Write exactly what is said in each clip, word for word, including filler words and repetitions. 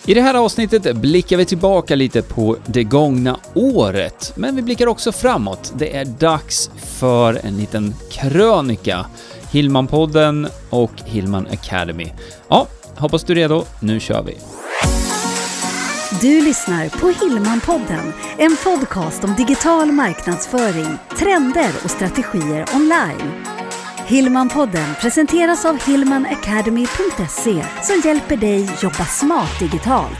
I det här avsnittet blickar vi tillbaka lite på det gångna året, men vi blickar också framåt. Det är dags för en liten krönika. Hillman-podden och Hillman Academy. Ja, hoppas du är redo. Nu kör vi. Du lyssnar på Hillman-podden, en podcast om digital marknadsföring, trender och strategier online. Hillman-podden presenteras av hillman academy punkt se som hjälper dig jobba smart digitalt.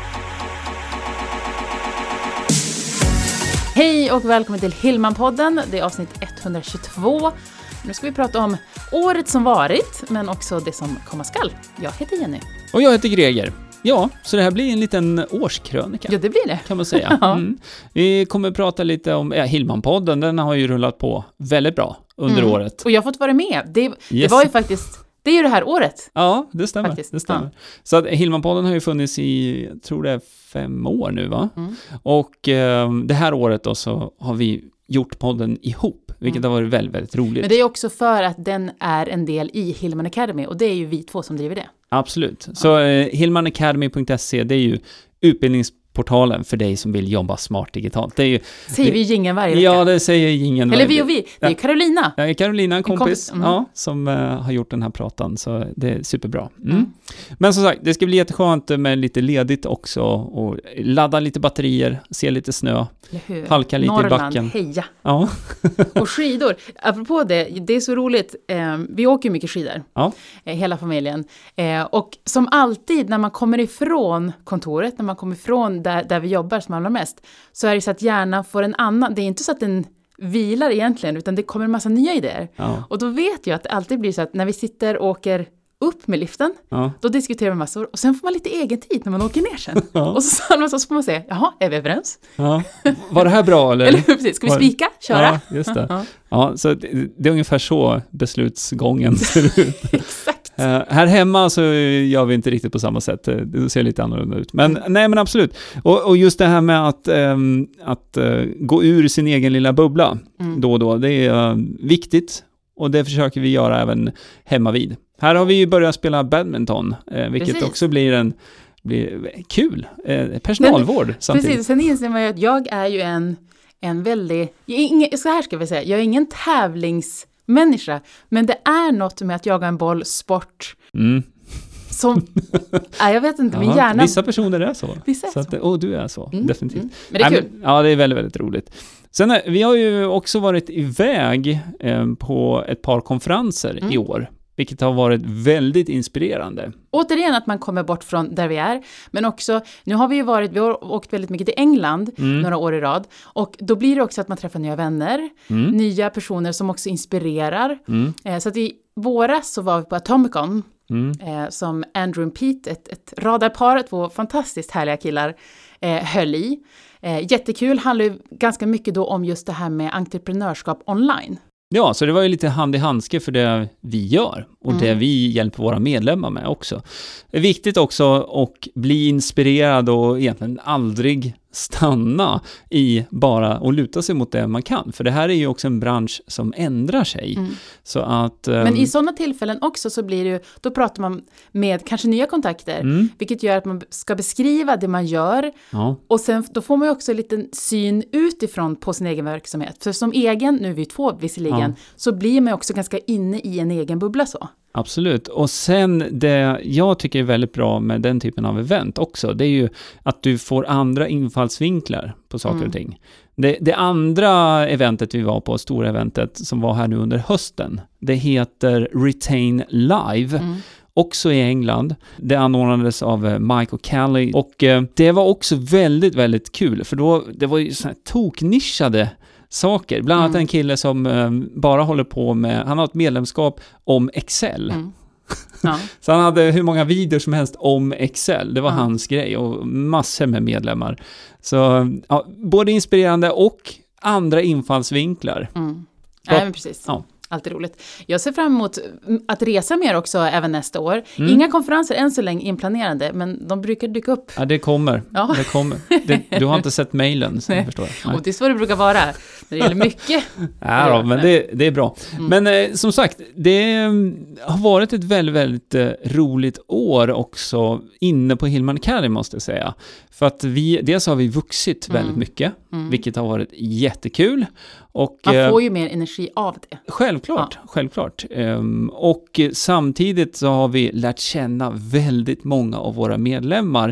Hej och välkommen till Hillman-podden. Det är avsnitt etthundratjugotvå. Nu ska vi prata om året som varit, men också det som komma skall. Jag heter Jenny. Och jag heter Greger. Ja, så det här blir en liten årskrönika. Ja, det blir det. Kan man säga. Mm. Vi kommer prata lite om ja, Hillman-podden. Den har ju rullat på väldigt bra under mm. året. Och jag har fått vara med. Det, yes. det var ju faktiskt, det är ju det här året. Ja, det stämmer. Faktiskt. Det stämmer. Ja. Så att Hillman-podden har ju funnits i, jag tror det är fem år nu va? Mm. Och eh, det här året då så har vi gjort podden ihop, vilket mm. har varit väldigt, väldigt roligt. Men det är också för att den är en del i Hillman Academy och det är ju vi två som driver det. Absolut. Ja. Så eh, hillman academy punkt se, det är ju utbildningsportalen för dig som vill jobba smart digitalt. Det är ju, säger det, vi jingeln varje vecka? Ja, det säger jingeln varje Eller vi och vi, det är ju Carolina. Ja, Carolina, en kompis, en kompis. Mm. Ja, som uh, har gjort den här pratan, så det är superbra. Mm. Mm. Men som sagt, det ska bli jätteskönt med lite ledigt också och ladda lite batterier, se lite snö, halka lite Norrland, i backen. Heja. Ja. Och skidor. Apropå det, det är så roligt. Eh, vi åker mycket skidor. Ja. Eh, hela familjen. Eh, och som alltid när man kommer ifrån kontoret, när man kommer ifrån där, där vi jobbar som allra mest, så är det så att hjärnan får en annan, det är inte så att den vilar egentligen, utan det kommer en massa nya idéer. Ja. Och då vet jag att det alltid blir så att när vi sitter och åker upp med liften, ja. Då diskuterar vi massor och sen får man lite egen tid när man åker ner sen. Ja. Och så sa man så, så får man säga, jaha, är vi överens? Ja. Var det här bra eller? Eller precis, ska vi spika? Köra? Ja, just det. Ja. Ja, så det, det är ungefär så beslutsgången ser ut. Exakt. Uh, här hemma så gör vi inte riktigt på samma sätt. Det ser lite annorlunda ut. Men mm. nej, men absolut. Och, och just det här med att, um, att uh, gå ur sin egen lilla bubbla mm. då och då, det är uh, viktigt. Och det försöker vi göra även hemma vid. Här har vi ju börjat spela badminton, eh, vilket Precis. också blir en blir kul eh, personalvård. Men, samtidigt. Precis, sen inser man ju att jag är ju en, en väldigt, ingen, så här ska vi säga, jag är ingen tävlingsmänniska, men det är något med att jaga en boll, sport, mm. som, nej, jag vet inte, min hjärna... Vissa personer är så. Vissa är så. så. Att, och du är så, mm. definitivt. Mm. Men det är kul. Nej, men, ja, det är väldigt, väldigt roligt. Sen, vi har ju också varit iväg eh, på ett par konferenser mm. i år. Vilket har varit väldigt inspirerande. Återigen att man kommer bort från där vi är. Men också, nu har vi ju varit, vi har åkt väldigt mycket till England mm. några år i rad. Och då blir det också att man träffar nya vänner. Mm. Nya personer som också inspirerar. Mm. Eh, så att i våras så var vi på Atomicon. Mm. Eh, som Andrew och Pete, ett, ett radarpar, två fantastiskt härliga killar, eh, höll i. Eh, jättekul, handlar ju ganska mycket då om just det här med entreprenörskap online. Ja, så det var ju lite hand i handske för det vi gör och mm. det vi hjälper våra medlemmar med också. Det är viktigt också att bli inspirerad och egentligen aldrig stanna i bara och luta sig mot det man kan. För det här är ju också en bransch som ändrar sig. Mm. Så att, um... Men i sådana tillfällen också så blir det ju, då pratar man med kanske nya kontakter. Mm. Vilket gör att man ska beskriva det man gör. Ja. Och sen då får man ju också en liten syn utifrån på sin egen verksamhet. För som egen, nu är vi två visserligen, ja. Så blir man ju också ganska inne i en egen bubbla så. Absolut. Och sen det jag tycker är väldigt bra med den typen av event också, det är ju att du får andra infallsvinklar på saker mm. och ting. Det, det andra eventet vi var på, stora eventet som var här nu under hösten, det heter Retain Live. Mm. Också i England. Det anordnades av Mike och Callie. Och eh, det var också väldigt, väldigt kul. För då, det var ju så här toknischade saker. Bland annat mm. en kille som eh, bara håller på med, han har ett medlemskap om Excel. Mm. Ja. Så han hade hur många videor som helst om Excel. Det var ja. hans grej och massor med medlemmar. Så ja, både inspirerande och andra infallsvinklar. Mm. Nej, men precis. Ja. Alltid roligt. Jag ser fram emot att resa mer också även nästa år. Mm. Inga konferenser än så länge inplanerade, men de brukar dyka upp. Ja, det kommer. Ja. Det kommer. Det, du har inte sett mejlen, så jag förstår. Nej. Och det är så det brukar vara när det gäller mycket. Ja, då, men det, det är bra. Mm. Men eh, som sagt, det har varit ett väldigt, väldigt eh, roligt år också inne på Hillman Academy, måste jag säga. För att vi, dels har vi vuxit väldigt mm. mycket, mm. vilket har varit jättekul. Och, man får ju mer energi av det. Självklart, ja. självklart. Um, och samtidigt så har vi lärt känna väldigt många av våra medlemmar.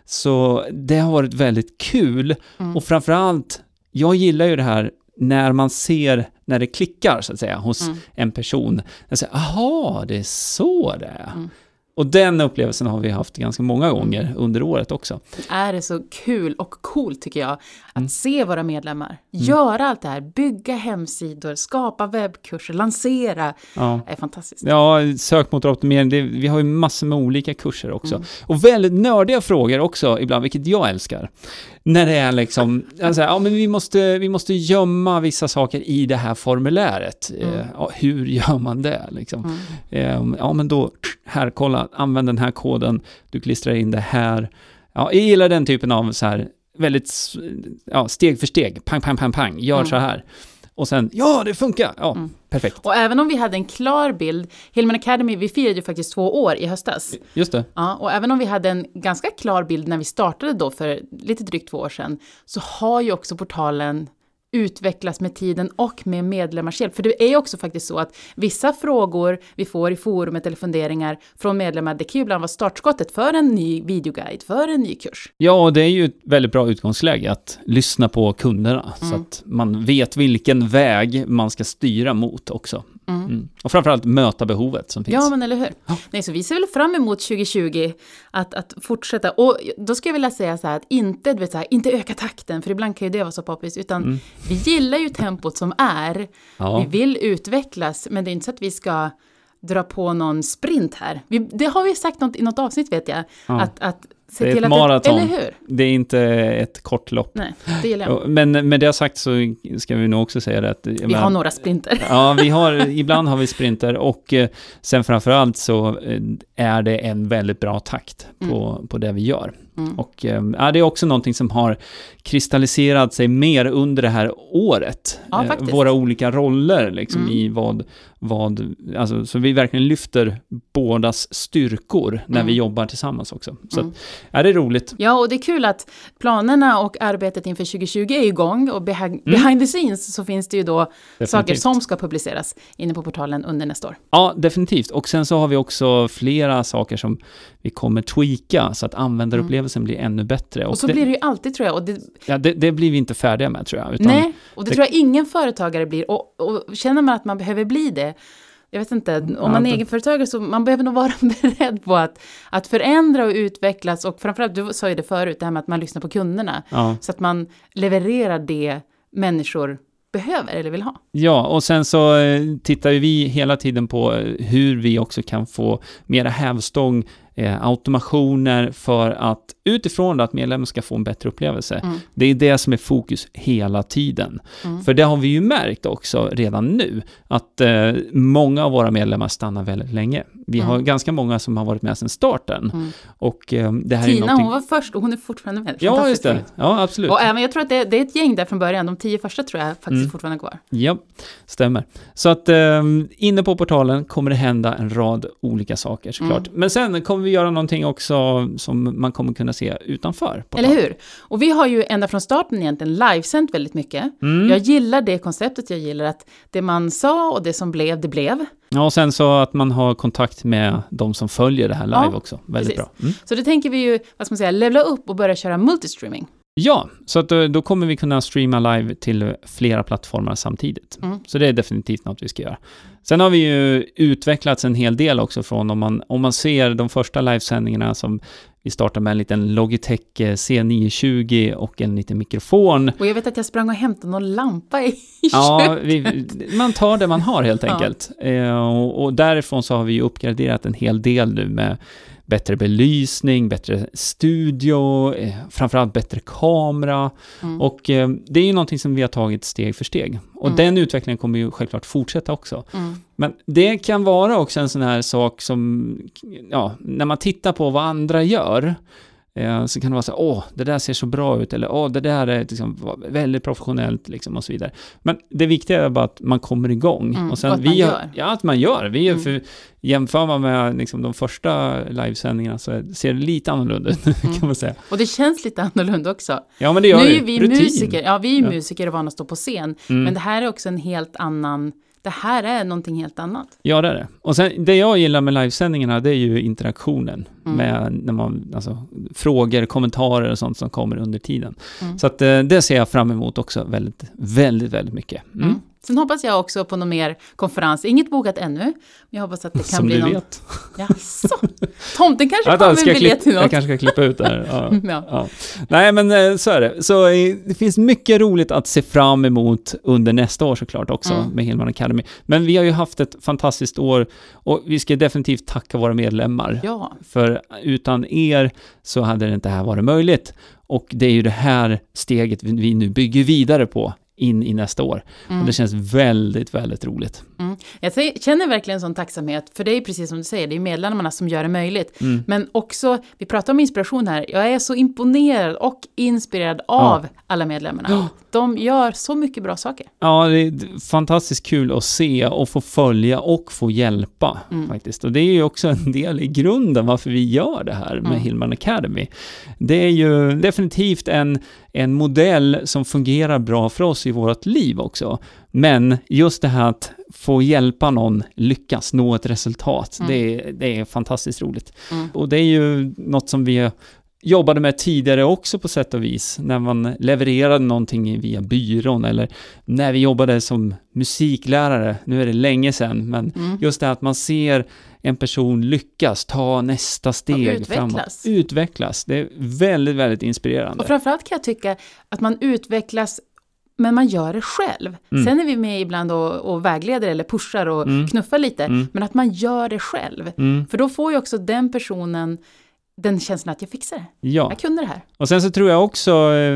Så det har varit väldigt kul. Mm. Och framförallt, jag gillar ju det här när man ser, när det klickar så att säga, hos mm. en person. Jag säger, aha, det är så det är. Mm. Och den upplevelsen har vi haft ganska många gånger mm. under året också. Är det så kul och coolt tycker jag att mm. se våra medlemmar mm. göra allt det här, bygga hemsidor, skapa webbkurser, lansera. Ja. Det är fantastiskt. Ja, sökmotoroptimering, det, vi har ju massor med olika kurser också. Mm. Och väldigt nördiga frågor också ibland, vilket jag älskar. När det är liksom, alltså, ja men vi måste, vi måste gömma vissa saker i det här formuläret. Mm. Eh, ja, hur gör man det liksom? Mm. Eh, ja men då, här, kolla, använd den här koden, du klistrar in det här. Ja, jag gillar den typen av så här, väldigt, ja, steg för steg, pang, pang, pang, pang, gör mm. så här. Och sen, ja det funkar, ja, mm. perfekt. Och även om vi hade en klar bild, Hillman Academy, vi firade ju faktiskt två år i höstas. Just det. Ja, och även om vi hade en ganska klar bild när vi startade då för lite drygt två år sedan, så har ju också portalen utvecklas med tiden och med medlemmars hjälp. För det är ju också faktiskt så att vissa frågor vi får i forumet eller funderingar från medlemmar, det kan ju ibland vara startskottet för en ny videoguide, för en ny kurs. Ja, och det är ju ett väldigt bra utgångsläge att lyssna på kunderna mm. så att man vet vilken väg man ska styra mot också. Mm. Mm. Och framförallt möta behovet som finns. Ja, men eller hur? Ja. Nej, så vi ser väl fram emot tjugo tjugo att, att fortsätta. Och då ska jag vilja säga så här att inte, du vet, så här, inte öka takten, för ibland kan ju det vara så poppis, utan mm. vi gillar ju tempot som är. Ja. Vi vill utvecklas, men det är inte så att vi ska dra på någon sprint här. Vi, det har vi sagt något, i något avsnitt, vet jag. Ja. Att, att se det är till ett att maraton. Det, eller hur? Det är inte ett kort lopp. Nej, det gillar jag. Men med det sagt så ska vi nog också säga det att... Vi men, har några sprinter. Ja, vi har, ibland har vi sprinter och eh, sen framförallt så eh, är det en väldigt bra takt på, mm. på det vi gör. Mm. Och äh, det är också någonting som har kristalliserat sig mer under det här året. Ja, eh, våra olika roller liksom mm. i vad, vad alltså, så vi verkligen lyfter bådas styrkor när mm. vi jobbar tillsammans också. Så mm. att, är det roligt. Ja, och det är kul att planerna och arbetet inför tjugo tjugo är igång och behind, mm. behind the scenes så finns det ju då definitivt saker som ska publiceras inne på portalen under nästa år. Ja, definitivt. Och sen så har vi också flera saker som vi kommer tweaka så att användarupplevelsen mm. blir ännu bättre. Och, och så det, blir det ju alltid, tror jag. Och det, ja, det, det blir vi inte färdiga med, tror jag. Utan nej, och det, det tror jag ingen företagare blir. Och, och känner man att man behöver bli det, jag vet inte, om man är egenföretagare så man behöver nog vara beredd på att, att förändra och utvecklas. Och framförallt, du sa ju det förut, det här med att man lyssnar på kunderna. Ja. Så att man levererar det människor behöver eller vill ha. Ja, och sen så eh, tittar vi hela tiden på hur vi också kan få mera hävstång, eh, automationer för att utifrån att medlemmen ska få en bättre upplevelse. Mm. Det är det som är fokus hela tiden. Mm. För det har vi ju märkt också redan nu att eh, många av våra medlemmar stannar väldigt länge. Vi mm. har ganska många som har varit med sedan starten. Mm. Och, eh, det här Tina, är någonting... hon var först och hon är fortfarande med. Ja, just det. Ja, absolut. Och även, jag tror att det, det är ett gäng där från början. De tio första tror jag faktiskt mm. fortfarande kvar. Ja, stämmer. Så att eh, inne på portalen kommer det hända en rad olika saker såklart. Mm. Men sen kommer vi göra någonting också som man kommer kunna se utanför portalen. Eller hur? Och vi har ju ända från starten egentligen livesänt väldigt mycket. Mm. Jag gillar det konceptet. Jag gillar att det man sa och det som blev, det blev. Ja, och sen så att man har kontakt med de som följer det här live ja, också. Väldigt precis. Bra. Mm. Så det tänker vi ju, vad ska man säga, levla upp och börja köra multistreaming. Ja, så att då, då kommer vi kunna streama live till flera plattformar samtidigt. Mm. Så det är definitivt något vi ska göra. Sen har vi ju utvecklats en hel del också från om man, om man ser de första livesändningarna som vi startar med en liten Logitech C nio tjugo och en liten mikrofon. Och jag vet att jag sprang och hämtade någon lampa i Ja, vi, man tar det man har helt enkelt. Ja. Eh, och, och därifrån så har vi ju uppgraderat en hel del nu med bättre belysning, bättre studio, eh, framförallt bättre kamera. Mm. Och eh, det är ju någonting som vi har tagit steg för steg. Och mm. den utvecklingen kommer ju självklart fortsätta också. Mm. Men det kan vara också en sån här sak som, ja, när man tittar på vad andra gör, eh, så kan det vara så, åh, det där ser så bra ut, eller åh, det där är liksom väldigt professionellt liksom, och så vidare. Men det viktiga är bara att man kommer igång. Mm, och sen och att vi man har, gör. Ja, att man gör. Vi är Mm. för, jämför man med liksom, de första livesändningarna så ser det lite annorlunda ut, mm. kan man säga. Och det känns lite annorlunda också. Ja, men det gör nu är ju vi rutin. musiker, ja vi är Ja. musiker och vana att stå på scen, Mm. men det här är också en helt annan, det här är någonting helt annat. Ja, det är det. Och sen, det jag gillar med livesändningarna, det är ju interaktionen Mm. med när man, alltså, frågor, kommentarer och sånt som kommer under tiden. Mm. Så att eh, det ser jag fram emot också väldigt, väldigt, väldigt mycket. Mm. Mm. Sen hoppas jag också på någon mer konferens. Inget bokat ännu, men jag hoppas att det kan Som bli du någon... vet. Ja, så. Tomten kanske Vänta, kommer ska med jag, biljett klipp, till något. jag kanske ska klippa ut det här. Ja, Ja. ja. Nej, men eh, så är det. Så eh, det finns mycket roligt att se fram emot under nästa år såklart också Mm. med Hillman Academy. Men vi har ju haft ett fantastiskt år och vi ska definitivt tacka våra medlemmar. Ja. För utan er så hade det inte här varit möjligt. Och det är ju det här steget vi, vi nu bygger vidare på in i nästa år. Mm. Och det känns väldigt, väldigt roligt. Mm. Jag t- känner verkligen en sån tacksamhet, för det är precis som du säger, det är medlemmarna som gör det möjligt. Mm. Men också, vi pratar om inspiration här, jag är så imponerad och inspirerad av Ja. alla medlemmarna. Ja. De gör så mycket bra saker. Ja, det är fantastiskt kul att se och få följa och få hjälpa Mm. faktiskt. Och det är ju också en del i grunden varför vi gör det här med Mm. Hillman Academy. Det är ju definitivt en, en modell som fungerar bra för oss i vårt liv också. Men just det här att få hjälpa någon lyckas nå ett resultat, Mm. det, är, det är fantastiskt roligt. Mm. Och det är ju något som vi jobbade med tidigare också på sätt och vis, när man levererade någonting via byrån eller när vi jobbade som musiklärare. Nu är det länge sedan, men Mm. just det här att man ser en person lyckas ta nästa steg Och utvecklas. framåt. Utvecklas. Det är väldigt, väldigt inspirerande. Och framförallt kan jag tycka att man utvecklas, men man gör det själv. Mm. Sen är vi med ibland och, och vägleder eller pushar och Mm. knuffar lite, Mm. men att man gör det själv. Mm. För då får ju också den personen den känslan att jag fixar det. Ja. Jag kunde det här. Och sen så tror jag också, eh,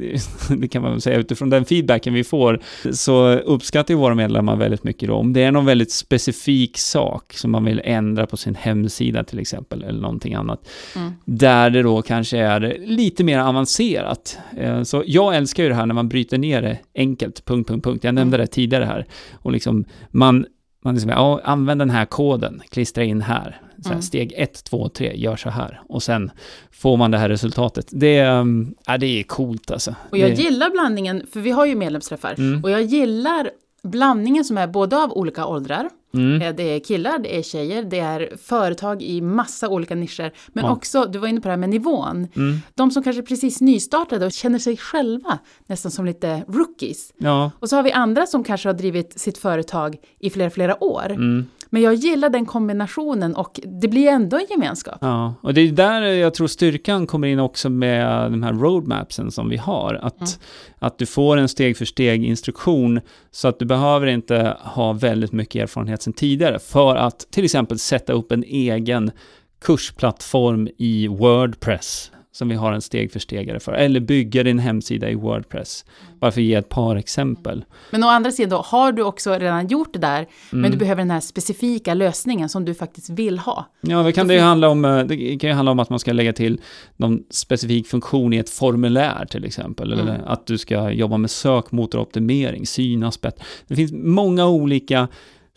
det kan man väl säga utifrån den feedbacken vi får, så uppskattar ju våra medlemmar väldigt mycket då. Om det är någon väldigt specifik sak som man vill ändra på sin hemsida till exempel, eller någonting annat, Mm. där det då kanske är lite mer avancerat. Eh, Så jag älskar ju det här när man bryter ner det enkelt, punkt, punkt, punkt. Jag nämnde Mm. det tidigare här. Och liksom, man, man liksom, ja, använd den här koden, klistra in här. Så här, Mm. steg ett, två, tre, gör så här. Och sen får man det här resultatet. Det, um, ja, det är coolt alltså. Och jag det, gillar blandningen, för vi har ju medlemsträffar. Mm. Och jag gillar blandningen som är både av olika åldrar. mm, Eh, Det är killar, det är tjejer, det är företag i massa olika nischer. Men Ja. också, du var inne på det här med nivån. mm, De som kanske precis nystartade och känner sig själva nästan som lite rookies. ja, Och så har vi andra som kanske har drivit sitt företag i flera, flera år. mm, Men jag gillar den kombinationen och det blir ändå en gemenskap. ja. Och det är där jag tror styrkan kommer in också med de här roadmapsen som vi har. Att, Mm. att du får en steg för steg instruktion så att du behöver inte ha väldigt mycket erfarenhet sedan tidigare för att till exempel sätta upp en egen kursplattform i WordPress som vi har en steg för stegare för. Eller bygga din hemsida i WordPress. Bara för att ge ett par exempel. Men å andra sidan då, har du också redan gjort det där, men Mm. du behöver den här specifika lösningen som du faktiskt vill ha. Ja, det kan det ju handla om, det kan ju handla om att man ska lägga till någon specifik funktion i ett formulär till exempel. Eller Mm. att du ska jobba med sökmotoroptimering, synas bättre. Det finns många olika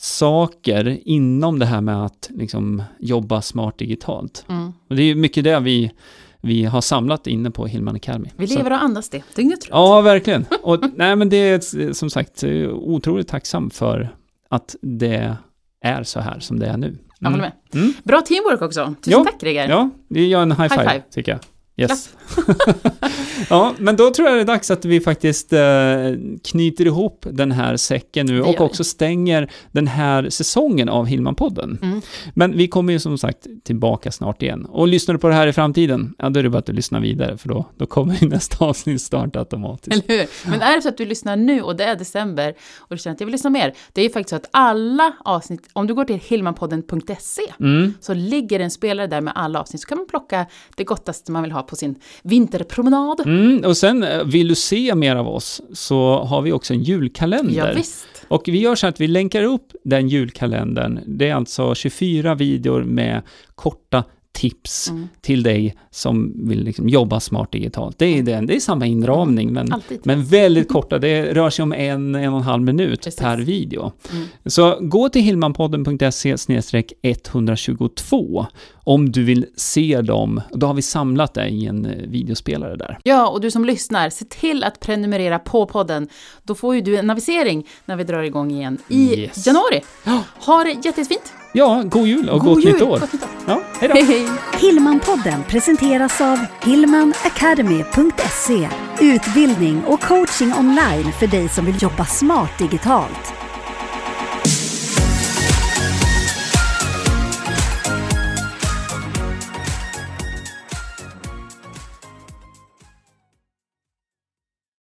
saker inom det här med att liksom jobba smart digitalt. Mm. Och det är ju mycket det vi, vi har samlat inne på Hillman Academy. Vi Så- lever och andas det, dygnet runt. Ja, verkligen. Och nej, men det är som sagt otroligt tacksam för att det är så här som det är nu. Jag håller med. Mm. Bra teamwork också. Tusen Ja. tack, Greger. Ja, vi gör en high five, High five. tycker jag. Yes. Ja, men då tror jag det är dags att vi faktiskt eh, knyter ihop den här säcken nu och också stänger den här säsongen av Hillman-podden. Mm. Men vi kommer ju som sagt tillbaka snart igen. Och lyssnar du på det här i framtiden, ja, då är det bara att du lyssnar vidare, för då, då kommer ju nästa avsnitt starta automatiskt. Eller hur? Men är det så att du lyssnar nu och det är december och du känner att jag vill lyssna mer, det är ju faktiskt så att alla avsnitt, om du går till hillmanpodden punkt se mm. så ligger en spelare där med alla avsnitt, så kan man plocka det gottaste man vill ha på sin vinterpromenad. Mm, och sen vill du se mer av oss, så har vi också en julkalender. Ja, visst. Och vi gör så att vi länkar upp den julkalendern. Det är alltså tjugofyra videor med korta tips mm. till dig som vill liksom jobba smart digitalt. Det är, mm. den, det är samma inramning, men, men väldigt korta. Det rör sig om en, en och en halv minut Precis. Per video. Mm. Så gå till hillmanpodden punkt se snedstreck etthundratjugotvå om du vill se dem. Då har vi samlat det i en videospelare där. Ja, och du som lyssnar, se till att prenumerera på podden. Då får ju du en avisering när vi drar igång igen i yes. januari. Ha det jättefint! Ja, god jul och god gott nytt år. Nytt år. Ja, hej då. Hej, hej. Hillman-podden presenteras av hillman academy punkt se. Utbildning och coaching online för dig som vill jobba smart digitalt.